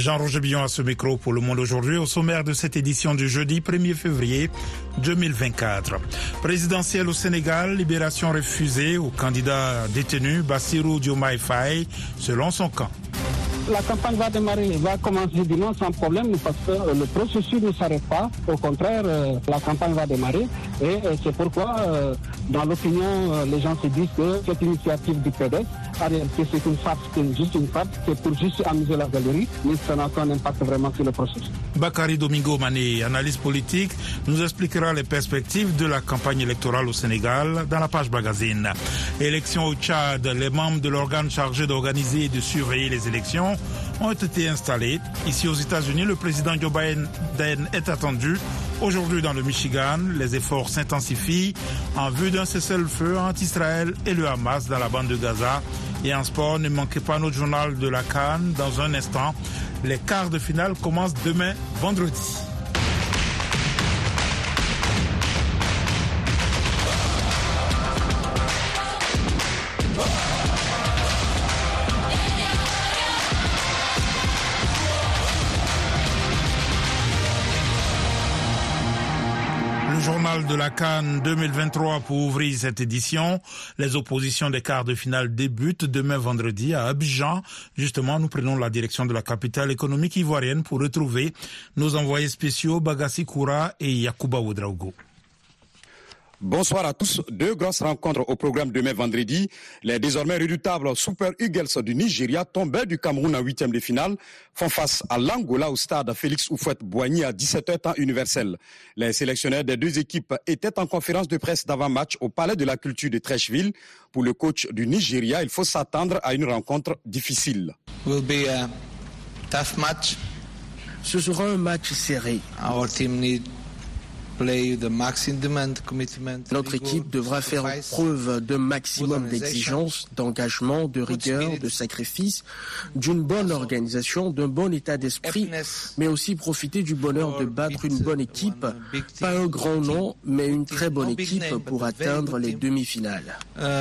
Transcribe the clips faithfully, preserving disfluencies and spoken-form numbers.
Jean-Roger Billon à ce micro pour Le Monde aujourd'hui, au sommaire de cette édition du jeudi premier février deux mille vingt-quatre. Présidentielle au Sénégal, libération refusée au candidat détenu Bassirou Diomaye Faye, selon son camp. La campagne va démarrer, va commencer dimanche sans problème parce que le processus ne s'arrête pas. Au contraire, la campagne va démarrer et c'est pourquoi, dans l'opinion, les gens se disent que cette initiative du P D S, en réalité, c'est une farce, c'est juste une farce, c'est pour juste amuser la galerie, mais ça n'a pas un impact vraiment sur le processus. Bakary Domingo Mané, analyste politique, nous expliquera les perspectives de la campagne électorale au Sénégal dans la page magazine. Élections au Tchad, les membres de l'organe chargé d'organiser et de surveiller les élections ont été installés. Ici aux États-Unis, le président Joe Biden est attendu aujourd'hui dans le Michigan. Les efforts s'intensifient en vue d'un cessez-le-feu entre Israël et le Hamas dans la bande de Gaza. Et en sport, ne manquez pas notre journal de la CAN dans un instant. Les quarts de finale commencent demain, vendredi. Journal de la CAN deux mille vingt-trois pour ouvrir cette édition. Les oppositions des quarts de finale débutent demain vendredi à Abidjan. Justement, nous prenons la direction de la capitale économique ivoirienne pour retrouver nos envoyés spéciaux Bagassi Koura et Yacouba Ouedraogo. Bonsoir à tous. Deux grosses rencontres au programme demain vendredi. Les désormais redoutables Super Eagles du Nigeria, tombés du Cameroun en huitième de finale, font face à l'Angola au stade Félix Houphouët-Boigny à dix-sept heures temps universel. Les sélectionneurs des deux équipes étaient en conférence de presse d'avant-match au Palais de la Culture de Trècheville. Pour le coach du Nigeria, il faut s'attendre à une rencontre difficile. Will be a tough match. Ce sera un match serré. Our team need Notre équipe devra faire preuve d'un maximum d'exigence, d'engagement, de rigueur, de sacrifice, d'une bonne organisation, d'un bon état d'esprit, mais aussi profiter du bonheur de battre une bonne équipe, pas un grand nom, mais une très bonne équipe pour atteindre les demi-finales.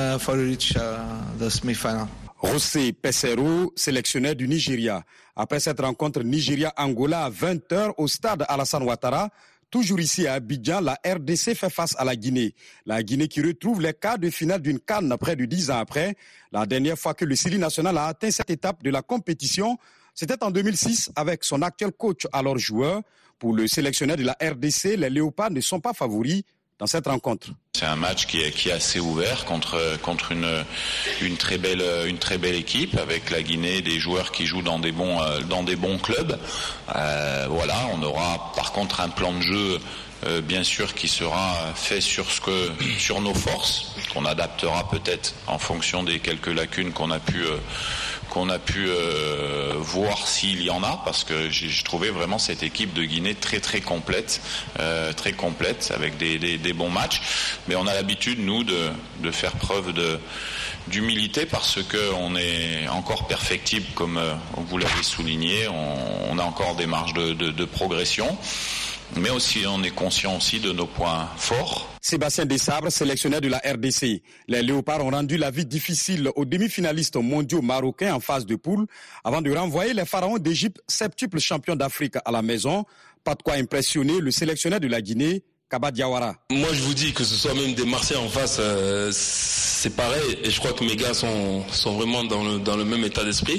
José Peseiro, sélectionneur du Nigeria. Après cette rencontre Nigeria-Angola à vingt heures au stade Alassane Ouattara, toujours ici à Abidjan, la R D C fait face à la Guinée. La Guinée qui retrouve les quarts de finale d'une CAN près de dix ans après. La dernière fois que le Syrie national a atteint cette étape de la compétition, c'était en deux mille six avec son actuel coach alors joueur. Pour le sélectionneur de la R D C, les Léopards ne sont pas favoris dans cette rencontre. C'est un match qui est, qui est assez ouvert contre, contre une, une, très belle, une très belle équipe avec la Guinée, des joueurs qui jouent dans des bons, dans des bons clubs. Euh, voilà, on aura par contre un plan de jeu euh, bien sûr qui sera fait sur, ce que, sur nos forces, qu'on adaptera peut-être en fonction des quelques lacunes qu'on a pu... Euh, qu'on a pu euh, voir s'il y en a, parce que j'ai, j'ai trouvé vraiment cette équipe de Guinée très très complète, euh, très complète, avec des, des, des bons matchs. Mais on a l'habitude, nous, de, de faire preuve de, d'humilité, parce qu'on est encore perfectible, comme euh, vous l'avez souligné, on, on a encore des marges de, de, de progression. Mais aussi, on est conscient aussi de nos points forts. Sébastien Desabre, sélectionneur de la R D C. Les Léopards ont rendu la vie difficile aux demi-finalistes mondiaux marocains en phase de poule avant de renvoyer les pharaons d'Égypte, septuple champion d'Afrique, à la maison. Pas de quoi impressionner le sélectionneur de la Guinée, Kaba Diawara. Moi, je vous dis que ce soit même des Marseillais en face, euh, c'est pareil. Et je crois que mes gars sont, sont vraiment dans le, dans le même état d'esprit.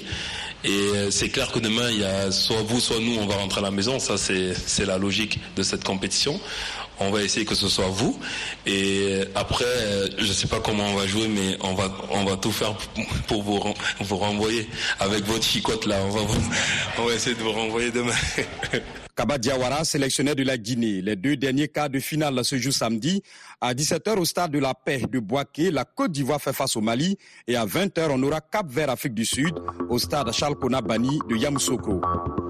Et c'est clair que demain, il y a soit vous, soit nous, on va rentrer à la maison. Ça, c'est, c'est la logique de cette compétition. On va essayer que ce soit vous. Et après, je ne sais pas comment on va jouer, mais on va, on va tout faire pour vous, vous renvoyer avec votre chicotte là. On va, vous, on va essayer de vous renvoyer demain. Kaba Diawara, sélectionneur de la Guinée. Les deux derniers quarts de finale se jouent samedi. À dix-sept heures au stade de la Paix de Bouaké, la Côte d'Ivoire fait face au Mali. Et à vingt heures, on aura Cap-Vert, Afrique du Sud, au stade Charles Kona Bani de Yamoussoukro.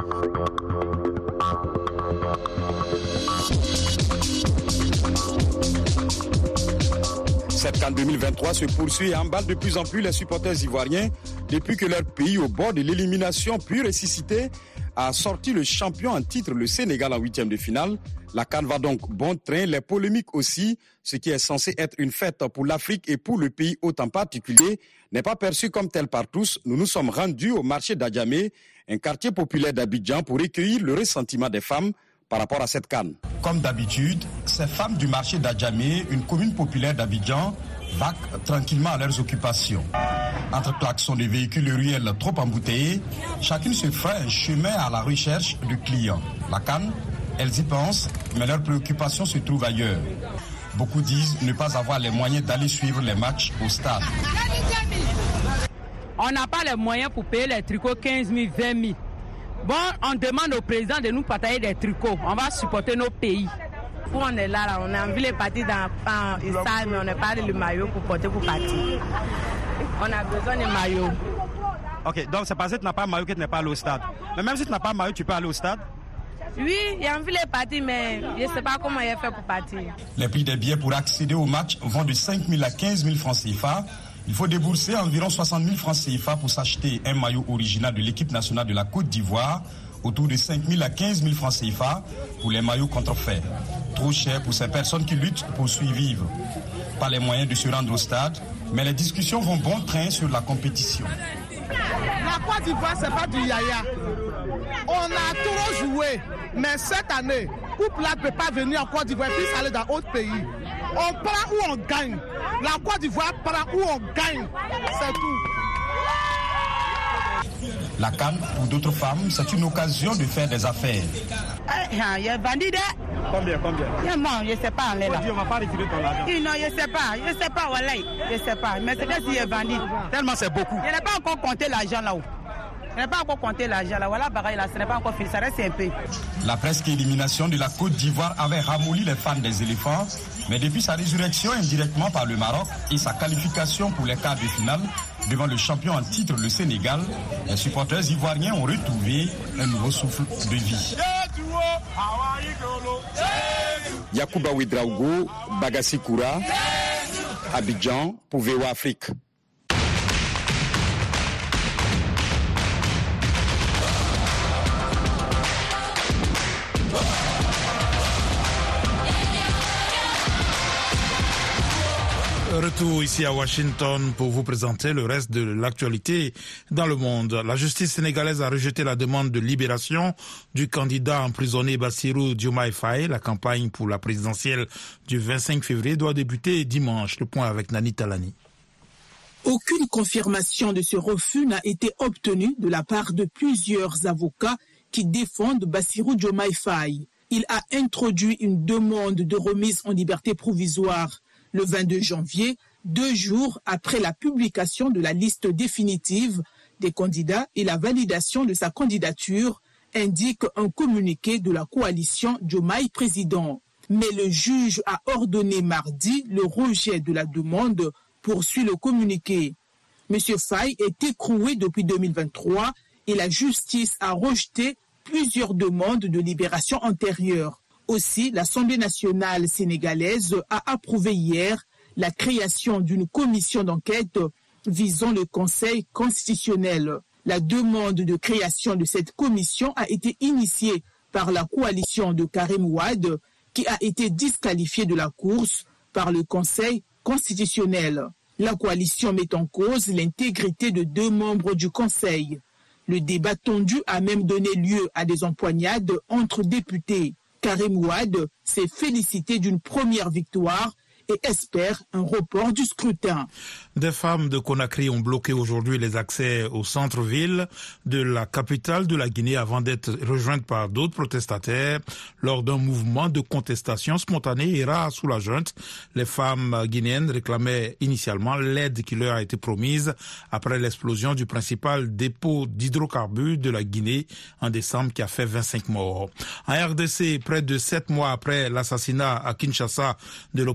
Cette CAN deux mille vingt-trois se poursuit et emballe de plus en plus les supporters ivoiriens depuis que leur pays, au bord de l'élimination, puis ressuscité, a sorti le champion en titre, le Sénégal, en huitième de finale. La CAN va donc bon train, les polémiques aussi, ce qui est censé être une fête pour l'Afrique et pour le pays hôte en particulier, n'est pas perçu comme tel par tous. Nous nous sommes rendus au marché d'Adjamé, un quartier populaire d'Abidjan, pour recueillir le ressentiment des femmes par rapport à cette CAN. Comme d'habitude, ces femmes du marché d'Adjamé, une commune populaire d'Abidjan, vaquent tranquillement à leurs occupations. Entre klaxons de véhicules et ruelles trop embouteillées, chacune se fait un chemin à la recherche du client. La CAN, elles y pensent, mais leurs préoccupations se trouvent ailleurs. Beaucoup disent ne pas avoir les moyens d'aller suivre les matchs au stade. On n'a pas les moyens pour payer les tricots quinze mille, vingt mille. Bon, on demande au président de nous partager des tricots. On va supporter nos pays. Où on est là, là, on a envie de partir dans le stade, mais on n'a pas le maillot pour porter pour partir. On a besoin de maillot. Ok, donc c'est parce que tu n'as pas de maillot que tu n'es pas allé au stade. Mais même si tu n'as pas de maillot, tu peux aller au stade? Oui, j'ai envie de partir, mais je ne sais pas comment il fait pour partir. Les prix des billets pour accéder au match vont de cinq mille à quinze mille francs C F A. Il faut débourser environ soixante mille francs C F A pour s'acheter un maillot original de l'équipe nationale de la Côte d'Ivoire, autour de cinq mille à quinze mille francs C F A pour les maillots contrefaits. Trop cher pour ces personnes qui luttent pour survivre. Pas les moyens de se rendre au stade, mais les discussions vont bon train sur la compétition. La Côte d'Ivoire, c'est pas du yaya. On a trop joué, mais cette année, couple là ne peut pas venir en Côte d'Ivoire et puis aller dans d'autres pays. On prend ou on gagne. La Côte d'Ivoire prend ou on gagne. C'est tout. La CAN, pour d'autres femmes, c'est une occasion de faire des affaires. Il y a bandit là. Combien, combien? Non, je ne sais pas. On est là. On ne va pas retirer ton argent. Non, je ne sais pas. Je ne sais pas, voilà. Je ne sais pas. Mais c'est qu'il y a bandit. Tellement c'est beaucoup. Je n'ai pas encore compté l'argent là-haut. Je n'ai pas encore compté l'argent là. Voilà, pareil, là, ce n'est pas encore fini. Ça reste un peu. La presque élimination de la Côte d'Ivoire avait ramolli les fans des éléphants. Mais depuis sa résurrection indirectement par le Maroc et sa qualification pour les quarts de finale devant le champion en titre, le Sénégal, les supporters ivoiriens ont retrouvé un nouveau souffle de vie. Yacouba Ouedraogo, Bagassi Koura, Abidjan pour V O A Afrique. Retour ici à Washington pour vous présenter le reste de l'actualité dans le monde. La justice sénégalaise a rejeté la demande de libération du candidat emprisonné Bassirou Diomaye Faye. La campagne pour la présidentielle du vingt-cinq février doit débuter dimanche. Le point avec Nani Talani. Aucune confirmation de ce refus n'a été obtenue de la part de plusieurs avocats qui défendent Bassirou Diomaye Faye. Il a introduit une demande de remise en liberté provisoire le vingt-deux janvier, deux jours après la publication de la liste définitive des candidats et la validation de sa candidature, indique un communiqué de la coalition Diomaye Président. Mais le juge a ordonné mardi le rejet de la demande, poursuit le communiqué. M. Faye est écroué depuis deux mille vingt-trois et la justice a rejeté plusieurs demandes de libération antérieures. Aussi, l'Assemblée nationale sénégalaise a approuvé hier la création d'une commission d'enquête visant le Conseil constitutionnel. La demande de création de cette commission a été initiée par la coalition de Karim Wade, qui a été disqualifiée de la course par le Conseil constitutionnel. La coalition met en cause l'intégrité de deux membres du Conseil. Le débat tendu a même donné lieu à des empoignades entre députés. Karim Wade s'est félicité d'une première victoire et espère un report du scrutin. Des femmes de Conakry ont bloqué aujourd'hui les accès au centre-ville de la capitale de la Guinée avant d'être rejointes par d'autres protestataires lors d'un mouvement de contestation spontanée et rare sous la junte. Les femmes guinéennes réclamaient initialement l'aide qui leur a été promise après l'explosion du principal dépôt d'hydrocarbures de la Guinée en décembre qui a fait vingt-cinq morts. En R D C, près de sept mois après l'assassinat à Kinshasa de l'opposant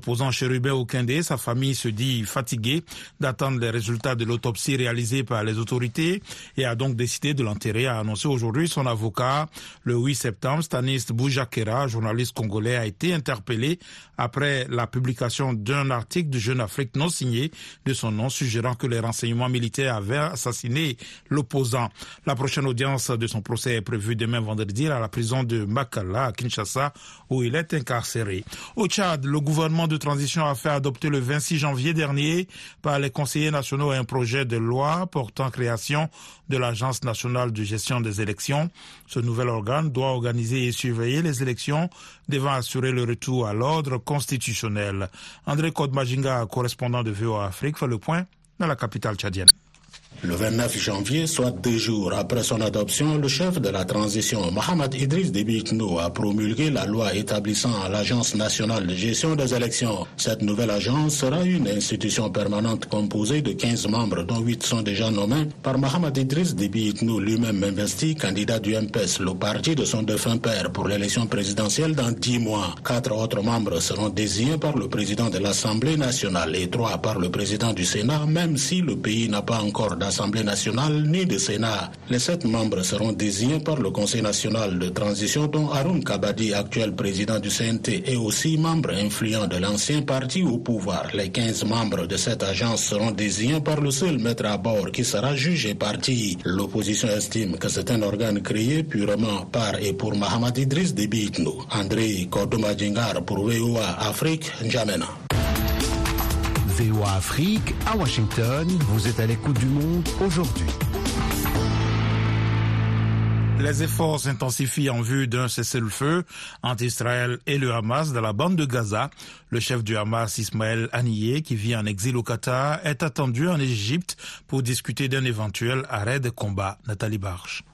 Chérubin Okindé, sa famille se dit fatiguée d'attendre les résultats de l'autopsie réalisée par les autorités et a donc décidé de l'enterrer, a annoncé aujourd'hui son avocat. Le huit septembre, Stanis Boujakera, journaliste congolais, a été interpellé après la publication d'un article du Jeune Afrique non signé de son nom, suggérant que les renseignements militaires avaient assassiné l'opposant. La prochaine audience de son procès est prévue demain vendredi à la prison de Makala à Kinshasa, où il est incarcéré. Au Tchad, le gouvernement de transition a fait adopter le vingt-six janvier dernier par les conseillers nationaux un projet de loi portant création de l'Agence nationale de gestion des élections. Ce nouvel organe doit organiser et surveiller les élections, devant assurer le retour à l'ordre constitutionnel. André Kodmajinga, correspondant de V O A Afrique, fait le point dans la capitale tchadienne. Le vingt-neuf janvier, soit deux jours après son adoption, le chef de la transition, Mohamed Idriss Déby Itno, a promulgué la loi établissant l'Agence nationale de gestion des élections. Cette nouvelle agence sera une institution permanente composée de quinze membres, dont huit sont déjà nommés par Mohamed Idriss Déby Itno, lui-même investi candidat du M P S, le parti de son défunt père, pour l'élection présidentielle dans dix mois. Quatre autres membres seront désignés par le président de l'Assemblée nationale et trois par le président du Sénat, même si le pays n'a pas encore d'Assemblée nationale ni de Sénat. Les sept membres seront désignés par le Conseil national de transition, dont Haroun Kabadi, actuel président du C N T, est aussi membre influent de l'ancien parti au pouvoir. Les quinze membres de cette agence seront désignés par le seul maître à bord qui sera juge et parti. L'opposition estime que c'est un organe créé purement par et pour Mohamed Idriss Déby Itno. André Kodoma-Djingar pour V O A Afrique, N'Djamena. V O A Afrique, à Washington, vous êtes à l'écoute du monde aujourd'hui. Les efforts s'intensifient en vue d'un cessez-le-feu entre Israël et le Hamas dans la bande de Gaza. Le chef du Hamas, Ismaël Haniyeh, qui vit en exil au Qatar, est attendu en Égypte pour discuter d'un éventuel arrêt des combats. Nathalie Barche.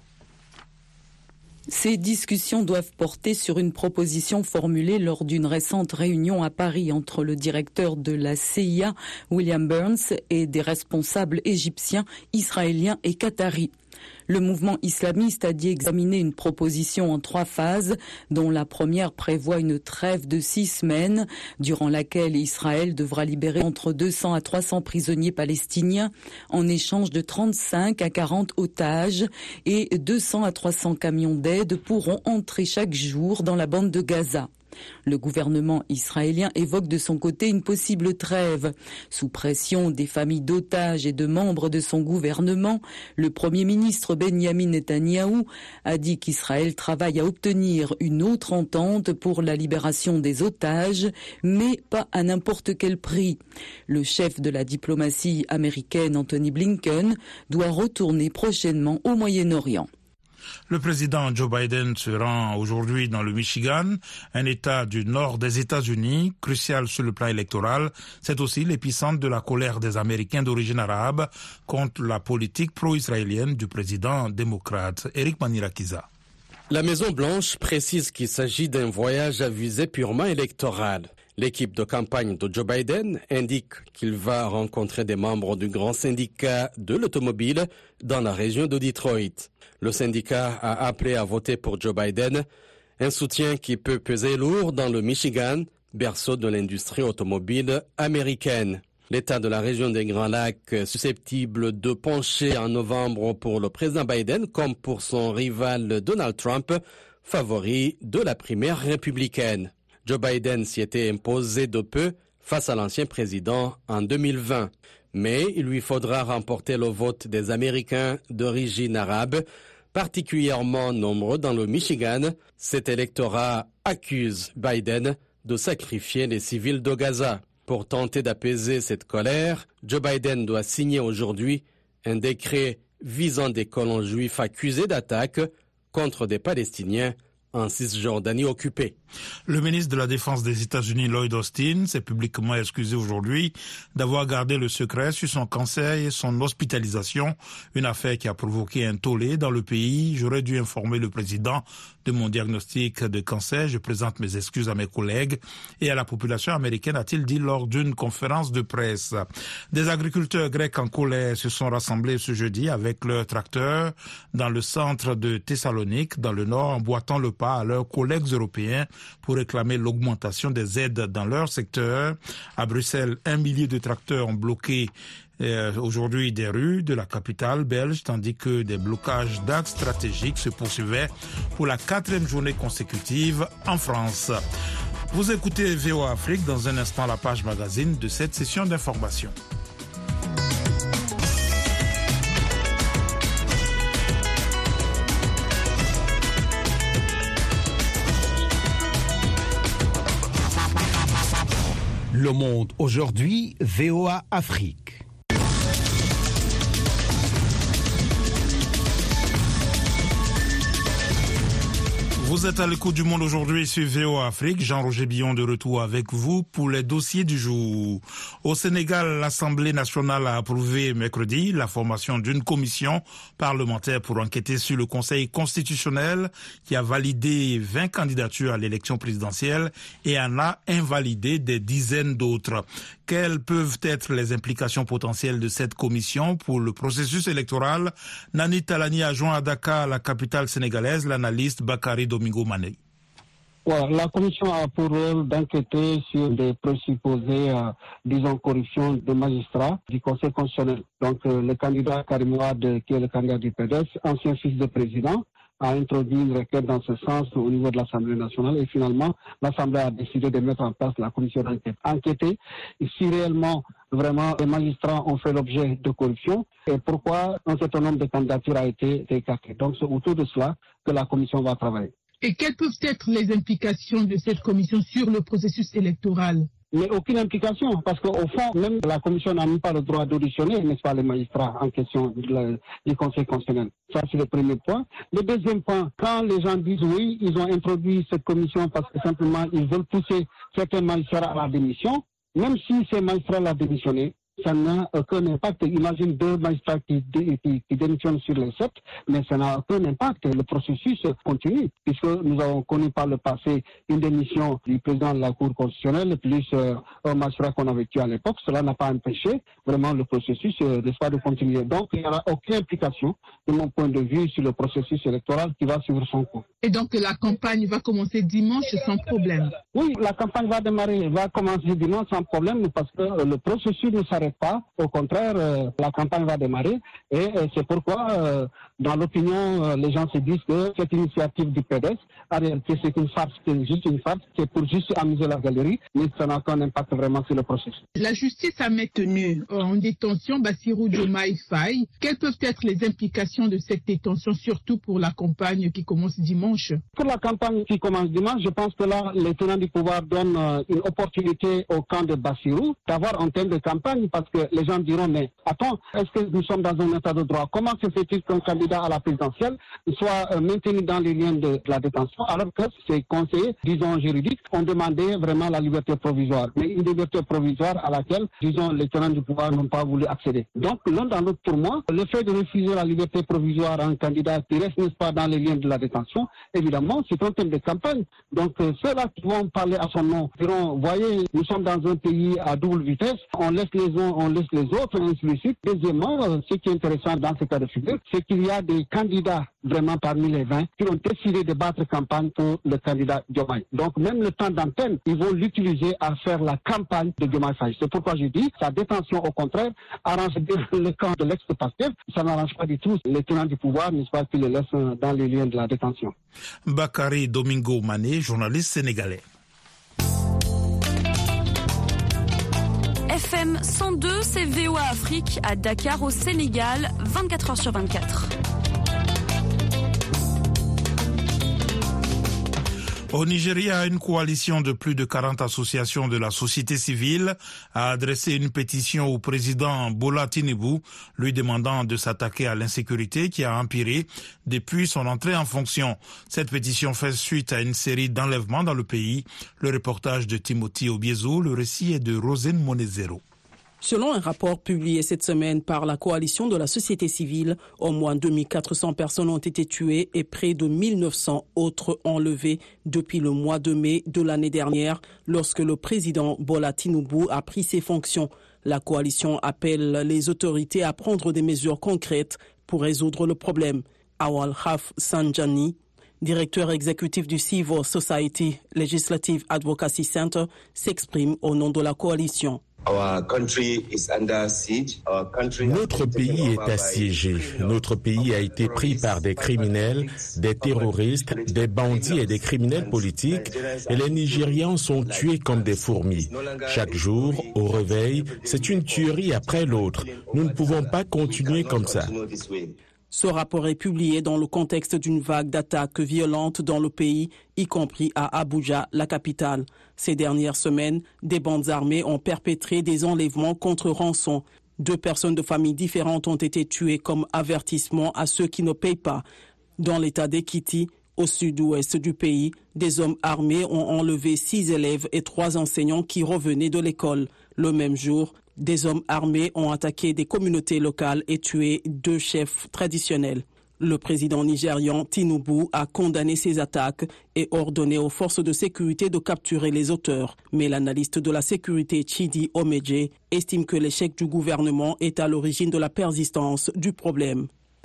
Ces discussions doivent porter sur une proposition formulée lors d'une récente réunion à Paris entre le directeur de la C I A, William Burns, et des responsables égyptiens, israéliens et qataris. Le mouvement islamiste a dit examiner une proposition en trois phases, dont la première prévoit une trêve de six semaines, durant laquelle Israël devra libérer entre deux cents à trois cents prisonniers palestiniens en échange de trente-cinq à quarante otages, et deux cents à trois cents camions d'aide pourront entrer chaque jour dans la bande de Gaza. Le gouvernement israélien évoque de son côté une possible trêve. Sous pression des familles d'otages et de membres de son gouvernement, le Premier ministre Benjamin Netanyahou a dit qu'Israël travaille à obtenir une autre entente pour la libération des otages, mais pas à n'importe quel prix. Le chef de la diplomatie américaine, Anthony Blinken, doit retourner prochainement au Moyen-Orient. Le président Joe Biden se rend aujourd'hui dans le Michigan, un État du nord des États-Unis, crucial sur le plan électoral. C'est aussi l'épicentre de la colère des Américains d'origine arabe contre la politique pro-israélienne du président démocrate Eric Manirakiza. La Maison-Blanche précise qu'il s'agit d'un voyage à visée purement électorale. L'équipe de campagne de Joe Biden indique qu'il va rencontrer des membres du grand syndicat de l'automobile dans la région de Detroit. Le syndicat a appelé à voter pour Joe Biden, un soutien qui peut peser lourd dans le Michigan, berceau de l'industrie automobile américaine. L'État de la région des Grands Lacs, susceptible de pencher en novembre pour le président Biden comme pour son rival Donald Trump, favori de la primaire républicaine. Joe Biden s'y était imposé de peu face à l'ancien président en deux mille vingt. Mais il lui faudra remporter le vote des Américains d'origine arabe, particulièrement nombreux dans le Michigan. Cet électorat accuse Biden de sacrifier les civils de Gaza. Pour tenter d'apaiser cette colère, Joe Biden doit signer aujourd'hui un décret visant des colons juifs accusés d'attaque contre des Palestiniens en Cisjordanie occupée. Le ministre de la Défense des États-Unis, Lloyd Austin, s'est publiquement excusé aujourd'hui d'avoir gardé le secret sur son cancer et son hospitalisation, une affaire qui a provoqué un tollé dans le pays. J'aurais dû informer le président de mon diagnostic de cancer. Je présente mes excuses à mes collègues et à la population américaine, a-t-il dit lors d'une conférence de presse. Des agriculteurs grecs en colère se sont rassemblés ce jeudi avec leurs tracteurs dans le centre de Thessalonique, dans le nord, emboîtant le pas à leurs collègues européens pour réclamer l'augmentation des aides dans leur secteur. À Bruxelles, un millier de tracteurs ont bloqué euh, aujourd'hui des rues de la capitale belge, tandis que des blocages d'axes stratégiques se poursuivaient pour la quatrième journée consécutive en France. Vous écoutez V O A Afrique, dans un instant la page magazine de cette session d'information. Le Monde aujourd'hui, V O A Afrique. Vous êtes à l'écoute du Monde aujourd'hui sur V O A Afrique. Jean-Roger Billon de retour avec vous pour les dossiers du jour. Au Sénégal, l'Assemblée nationale a approuvé mercredi la formation d'une commission parlementaire pour enquêter sur le Conseil constitutionnel qui a validé vingt candidatures à l'élection présidentielle et en a invalidé des dizaines d'autres. Quelles peuvent être les implications potentielles de cette commission pour le processus électoral? Nani Talani a joint à Dakar, la capitale sénégalaise, l'analyste Bakary Domingo Mané. Ouais, la commission a pour rôle d'enquêter sur des présupposées, euh, disons, corruption de magistrats du Conseil constitutionnel. Donc, euh, le candidat Karim Wade, qui est le candidat du P D S, ancien fils de président, a introduit une requête dans ce sens au niveau de l'Assemblée nationale et finalement, l'Assemblée a décidé de mettre en place la commission d'enquête. Enquêter si réellement, vraiment, les magistrats ont fait l'objet de corruption et pourquoi un certain nombre de candidatures a été écarté. Donc, c'est autour de cela que la commission va travailler. Et quelles peuvent être les implications de cette commission sur le processus électoral? Mais aucune implication, parce qu'au fond, même la commission n'a même pas le droit d'auditionner, n'est-ce pas, les magistrats en question du Conseil constitutionnel. Ça, c'est le premier point. Le deuxième point, quand les gens disent oui, ils ont introduit cette commission parce que simplement, ils veulent pousser certains magistrats à la démission, même si ces magistrats l'ont démissionné, ça n'a aucun impact. Imagine deux magistrats qui, qui, qui démissionnent sur les sept, mais ça n'a aucun impact. Le processus continue, puisque nous avons connu par le passé une démission du président de la Cour constitutionnelle, plus euh, un magistrat qu'on avait tué à l'époque. Cela n'a pas empêché vraiment le processus euh, de continuer. Donc, il n'y aura aucune implication, de mon point de vue, sur le processus électoral qui va suivre son cours. Et donc, la campagne va commencer dimanche sans problème? Oui, la campagne va démarrer, va commencer dimanche sans problème, parce que euh, le processus ne s'arrête pas. Au contraire, euh, la campagne va démarrer et euh, c'est pourquoi, euh, dans l'opinion, euh, les gens se disent que cette initiative du P D S, en réalité, c'est une farce, c'est juste une farce, c'est pour juste amuser la galerie, mais ça n'a aucun impact vraiment sur le processus. La justice a maintenu en détention Bassirou Diomaye Faye. Quelles peuvent être les implications de cette détention, surtout pour la campagne qui commence dimanche? Pour la campagne qui commence dimanche, je pense que là, les tenants du pouvoir donnent euh, une opportunité au camp de Bassirou d'avoir un thème de campagne, parce que les gens diront, mais attends, est-ce que nous sommes dans un état de droit? Comment se fait-il qu'un candidat à la présidentielle soit euh, maintenu dans les liens de, de la détention, alors que ces conseillers, disons, juridiques, ont demandé vraiment la liberté provisoire, mais une liberté provisoire à laquelle, disons, les tenants du pouvoir n'ont pas voulu accéder. Donc, l'un dans l'autre, pour moi, le fait de refuser la liberté provisoire à un candidat qui reste, n'est-ce pas, dans les liens de la détention, évidemment, c'est un thème de campagne. Donc, euh, ceux-là qui vont parler à son nom diront, voyez, nous sommes dans un pays à double vitesse, on laisse les uns, on laisse les autres, ainsi de suite. Deuxièmement, euh, ce qui est intéressant dans ce cas de figure, c'est qu'il y a des candidats vraiment parmi les vingt qui ont décidé de battre campagne pour le candidat Diomaye. Donc même le temps d'antenne, ils vont l'utiliser à faire la campagne de Diomaye Faye. C'est pourquoi je dis, sa détention au contraire arrange bien le camp de l'ex-Pastef. Ça n'arrange pas du tout les tenants du pouvoir, n'est-ce pas, qui les laissent dans les liens de la détention. Bakary Domingo Mané, journaliste sénégalais. F M cent deux, c'est V O A Afrique à Dakar au Sénégal, vingt-quatre heures sur vingt-quatre. Au Nigeria, une coalition de plus de quarante associations de la société civile a adressé une pétition au président Bola Tinubu, lui demandant de s'attaquer à l'insécurité qui a empiré depuis son entrée en fonction. Cette pétition fait suite à une série d'enlèvements dans le pays. Le reportage de Timothy Obiezo, le récit est de Rosine Monezero. Selon un rapport publié cette semaine par la coalition de la société civile, au moins deux mille quatre cents personnes ont été tuées et près de mille neuf cents autres enlevées depuis le mois de mai de l'année dernière, lorsque le président Bola Tinubu a pris ses fonctions. La coalition appelle les autorités à prendre des mesures concrètes pour résoudre le problème. Awal Haf Sanjani, directeur exécutif du Civil Society Legislative Advocacy Center, s'exprime au nom de la coalition. Notre pays est assiégé. Notre pays a été pris par des criminels, des terroristes, des bandits et des criminels politiques, et les Nigérians sont tués comme des fourmis. Chaque jour, au réveil, c'est une tuerie après l'autre. Nous ne pouvons pas continuer comme ça. Ce rapport est publié dans le contexte d'une vague d'attaques violentes dans le pays, y compris à Abuja, la capitale. Ces dernières semaines, des bandes armées ont perpétré des enlèvements contre rançon. Deux personnes de familles différentes ont été tuées comme avertissement à ceux qui ne payent pas. Dans l'état d'Ekiti, au sud-ouest du pays, des hommes armés ont enlevé six élèves et trois enseignants qui revenaient de l'école. Le même jour, des hommes armés ont attaqué des communautés locales et tué deux chefs traditionnels. Le président nigérian Tinubu a condamné ces attaques et ordonné aux forces de sécurité de capturer les auteurs. Mais l'analyste de la sécurité Chidi Omeje estime que l'échec du gouvernement est à l'origine de la persistance du problème.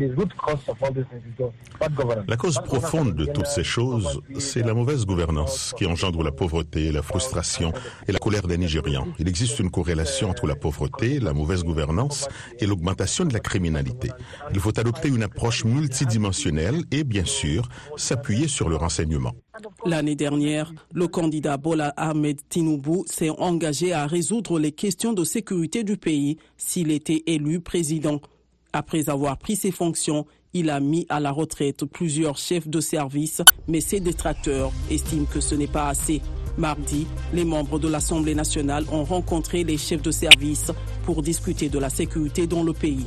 La cause profonde de toutes ces choses, c'est la mauvaise gouvernance qui engendre la pauvreté, la frustration et la colère des Nigérians. Il existe une corrélation entre la pauvreté, la mauvaise gouvernance et l'augmentation de la criminalité. Il faut adopter une approche multidimensionnelle et, bien sûr, s'appuyer sur le renseignement. L'année dernière, le candidat Bola Ahmed Tinubu s'est engagé à résoudre les questions de sécurité du pays s'il était élu président. Après avoir pris ses fonctions, il a mis à la retraite plusieurs chefs de service, mais ses détracteurs estiment que ce n'est pas assez. Mardi, les membres de l'Assemblée nationale ont rencontré les chefs de service pour discuter de la sécurité dans le pays.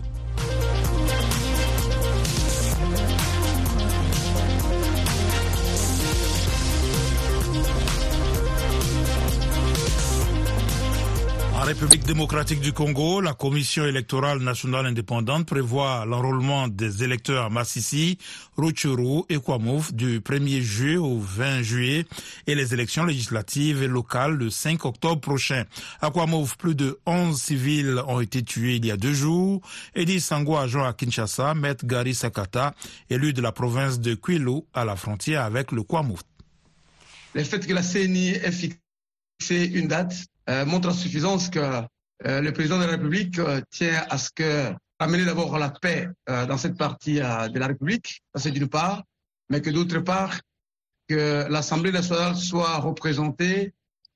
En République démocratique du Congo, la Commission électorale nationale indépendante prévoit l'enrôlement des électeurs à Massissi, Rutshuru et Kwamouf du premier juillet au vingt juillet et les élections législatives et locales le cinq octobre prochain. À Kwamouf, plus de onze civils ont été tués il y a deux jours. Edi Sango, agent à Kinshasa, Maître Gary Sakata, élu de la province de Kwilu à la frontière avec le Kwamouf. Le fait que la C N I ait fixé une date Euh, montre en suffisance que euh, le président de la République euh, tient à ce que amener d'abord la paix euh, dans cette partie euh, de la République, ça c'est d'une part, mais que d'autre part que l'Assemblée nationale soit représentée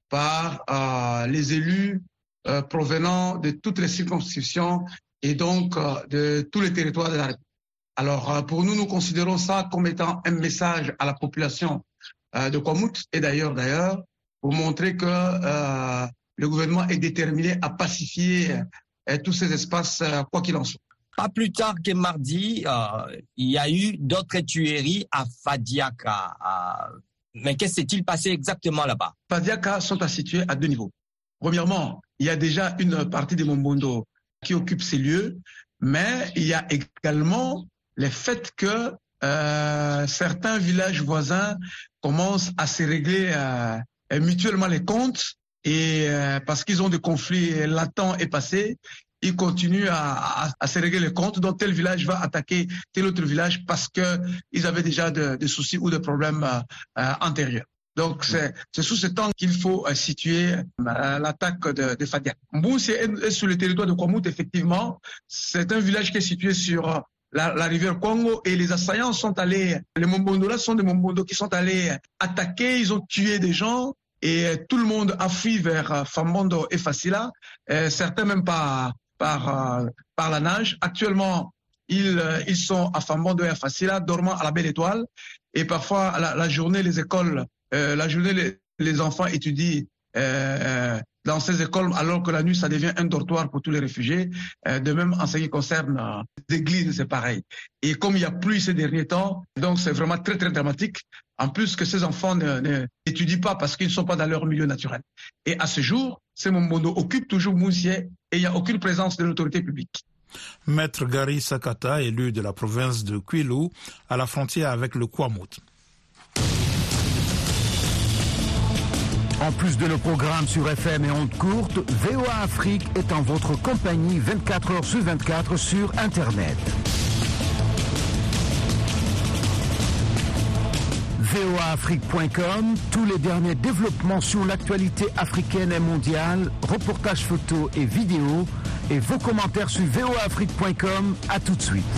par euh, les élus euh, provenant de toutes les circonscriptions et donc euh, de tous les territoires de la République. Alors euh, pour nous, nous considérons ça comme étant un message à la population euh, de Kwamout et d'ailleurs d'ailleurs pour montrer que euh, le gouvernement est déterminé à pacifier euh, tous ces espaces, euh, quoi qu'il en soit. Pas plus tard que mardi, euh, il y a eu d'autres tueries à Fadiaka. Euh, mais qu'est-ce qui s'est-il passé exactement là-bas? Fadiaka sont situés à deux niveaux. Premièrement, il y a déjà une partie de Mombondo qui occupe ces lieux, mais il y a également le fait que euh, certains villages voisins commencent à se régler euh, mutuellement les comptes et euh, parce qu'ils ont des conflits latents et passés, ils continuent à, à, à se régler les comptes. Donc tel village va attaquer tel autre village parce que ils avaient déjà de, de soucis ou de problèmes euh, euh, antérieurs. Donc c'est, c'est sous ce temps qu'il faut euh, situer euh, l'attaque de, de Fadia. Mboussi est, est sur le territoire de Kwamout, effectivement. C'est un village qui est situé sur euh, La, la rivière Congo et les assaillants sont allés, les Mombondo là sont des Mombondo qui sont allés attaquer, ils ont tué des gens et tout le monde a fui vers Fambondo et Fasila, euh, certains même par, par, euh, par la nage. Actuellement, ils, ils sont à Fambondo et à Fasila, dormant à la Belle Étoile et parfois la, la journée les écoles, euh, la journée les, les enfants étudient euh, dans ces écoles, alors que la nuit, ça devient un dortoir pour tous les réfugiés. Euh, de même, en ce qui concerne euh, les églises, c'est pareil. Et comme il y a plus ces derniers temps, donc c'est vraiment très, très dramatique. En plus que ces enfants ne, ne, n'étudient pas parce qu'ils ne sont pas dans leur milieu naturel. Et à ce jour, ces Mombondo occupent toujours Moussier et il n'y a aucune présence de l'autorité publique. Maître Gary Sakata, élu de la province de Kwilu, à la frontière avec le Kwamout. En plus de nos programmes sur F M et ondes courtes, V O A Afrique est en votre compagnie vingt-quatre heures sur vingt-quatre sur Internet. v o a afrique point com, tous les derniers développements sur l'actualité africaine et mondiale, reportages photos et vidéos, et vos commentaires sur v o a afrique point com. À tout de suite.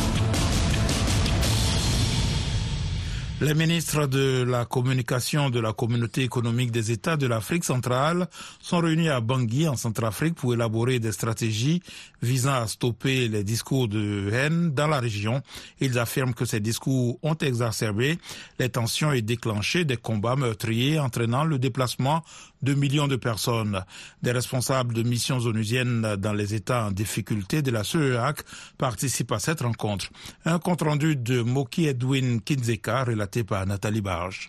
Les ministres de la communication de la Communauté économique des États de l'Afrique centrale sont réunis à Bangui, en Centrafrique, pour élaborer des stratégies visant à stopper les discours de haine dans la région. Ils affirment que ces discours ont exacerbé les tensions et déclenché des combats meurtriers entraînant le déplacement de millions de personnes. Des responsables de missions onusiennes dans les États en difficulté de la C E A C participent à cette rencontre. Un compte-rendu de Moki Edwin Kinzeka relaté par Nathalie Barge.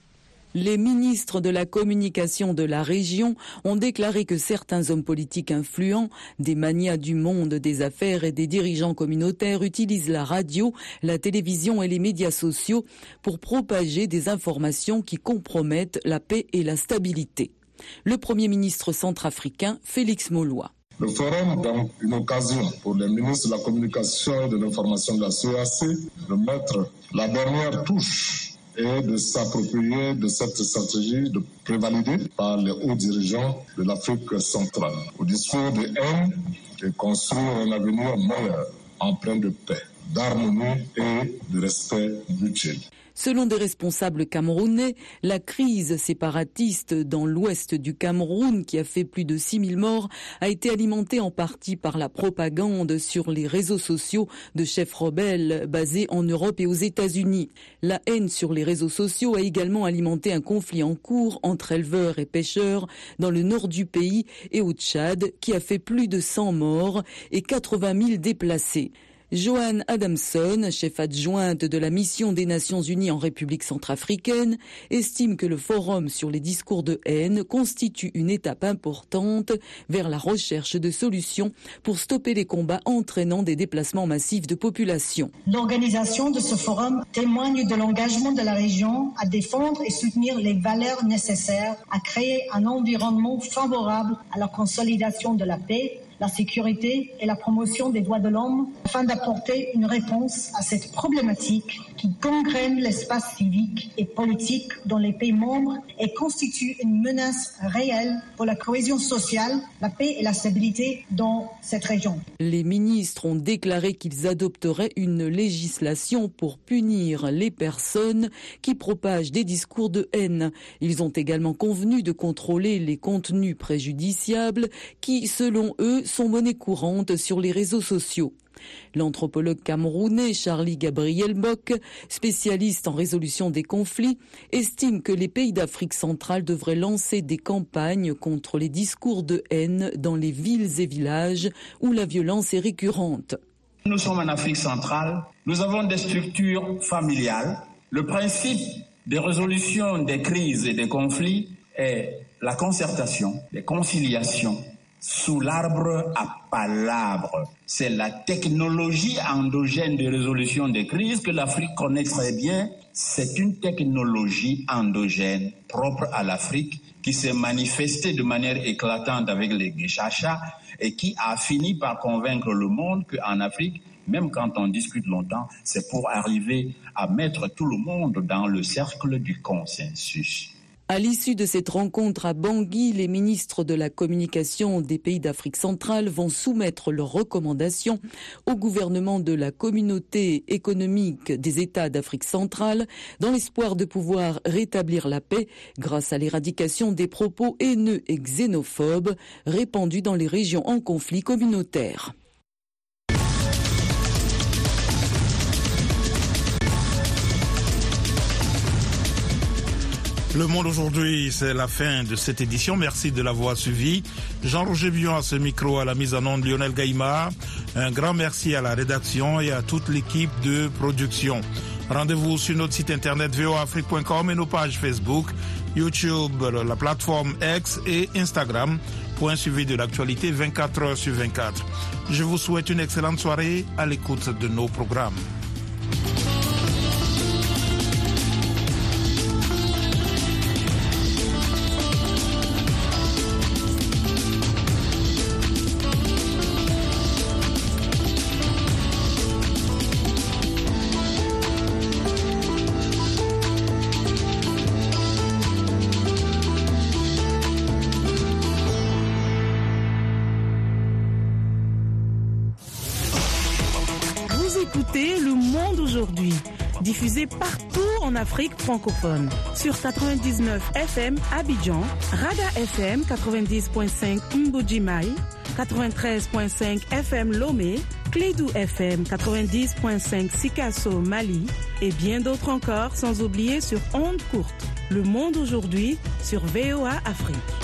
Les ministres de la communication de la région ont déclaré que certains hommes politiques influents, des magnats du monde des affaires et des dirigeants communautaires utilisent la radio, la télévision et les médias sociaux pour propager des informations qui compromettent la paix et la stabilité. Le Premier ministre centrafricain, Félix Molois. Le forum est donc une occasion pour les ministres de la communication et de l'information de la C E A C de mettre la dernière touche et de s'approprier de cette stratégie de prévalidée par les hauts dirigeants de l'Afrique centrale. Au discours de haine et construire un avenir meilleur, empreint de paix, d'harmonie et de respect mutuel. Selon des responsables camerounais, la crise séparatiste dans l'ouest du Cameroun, qui a fait plus de six mille morts, a été alimentée en partie par la propagande sur les réseaux sociaux de chefs rebelles basés en Europe et aux États-Unis. La haine sur les réseaux sociaux a également alimenté un conflit en cours entre éleveurs et pêcheurs dans le nord du pays et au Tchad, qui a fait plus de cent morts et quatre-vingt mille déplacés. Joanne Adamson, chef adjointe de la mission des Nations Unies en République centrafricaine, estime que le forum sur les discours de haine constitue une étape importante vers la recherche de solutions pour stopper les combats entraînant des déplacements massifs de population. L'organisation de ce forum témoigne de l'engagement de la région à défendre et soutenir les valeurs nécessaires à créer un environnement favorable à la consolidation de la paix, la sécurité et la promotion des droits de l'homme afin d'apporter une réponse à cette problématique qui gangrène l'espace civique et politique dans les pays membres et constitue une menace réelle pour la cohésion sociale, la paix et la stabilité dans cette région. Les ministres ont déclaré qu'ils adopteraient une législation pour punir les personnes qui propagent des discours de haine. Ils ont également convenu de contrôler les contenus préjudiciables qui, selon eux, sont monnaie courante sur les réseaux sociaux. L'anthropologue camerounais Charlie Gabriel Bock, spécialiste en résolution des conflits, estime que les pays d'Afrique centrale devraient lancer des campagnes contre les discours de haine dans les villes et villages où la violence est récurrente. Nous sommes en Afrique centrale, nous avons des structures familiales. Le principe des résolutions des crises et des conflits est la concertation, les conciliations, sous l'arbre à palabres. C'est la technologie endogène de résolution des crises que l'Afrique connaît très bien. C'est une technologie endogène propre à l'Afrique qui s'est manifestée de manière éclatante avec les Gechacha et qui a fini par convaincre le monde qu'en Afrique, même quand on discute longtemps, c'est pour arriver à mettre tout le monde dans le cercle du consensus. À l'issue de cette rencontre à Bangui, les ministres de la communication des pays d'Afrique centrale vont soumettre leurs recommandations au gouvernement de la communauté économique des États d'Afrique centrale dans l'espoir de pouvoir rétablir la paix grâce à l'éradication des propos haineux et xénophobes répandus dans les régions en conflit communautaire. Le Monde aujourd'hui, c'est la fin de cette édition. Merci de l'avoir suivi. Jean-Roger Bion à ce micro, à la mise en onde Lionel Gaïma. Un grand merci à la rédaction et à toute l'équipe de production. Rendez-vous sur notre site internet v o a afrique point com et nos pages Facebook, YouTube, la plateforme X et Instagram pour un suivi de l'actualité vingt-quatre heures sur vingt-quatre. Je vous souhaite une excellente soirée à l'écoute de nos programmes. écoutez Le Monde aujourd'hui, diffusé partout en Afrique francophone. Sur quatre-vingt-dix-neuf F M Abidjan, Rada F M quatre-vingt-dix point cinq Mbujimai, quatre-vingt-treize point cinq F M Lomé, Clédou F M quatre-vingt-dix point cinq Sikasso Mali et bien d'autres encore, sans oublier sur ondes courtes. Le Monde aujourd'hui sur V O A Afrique.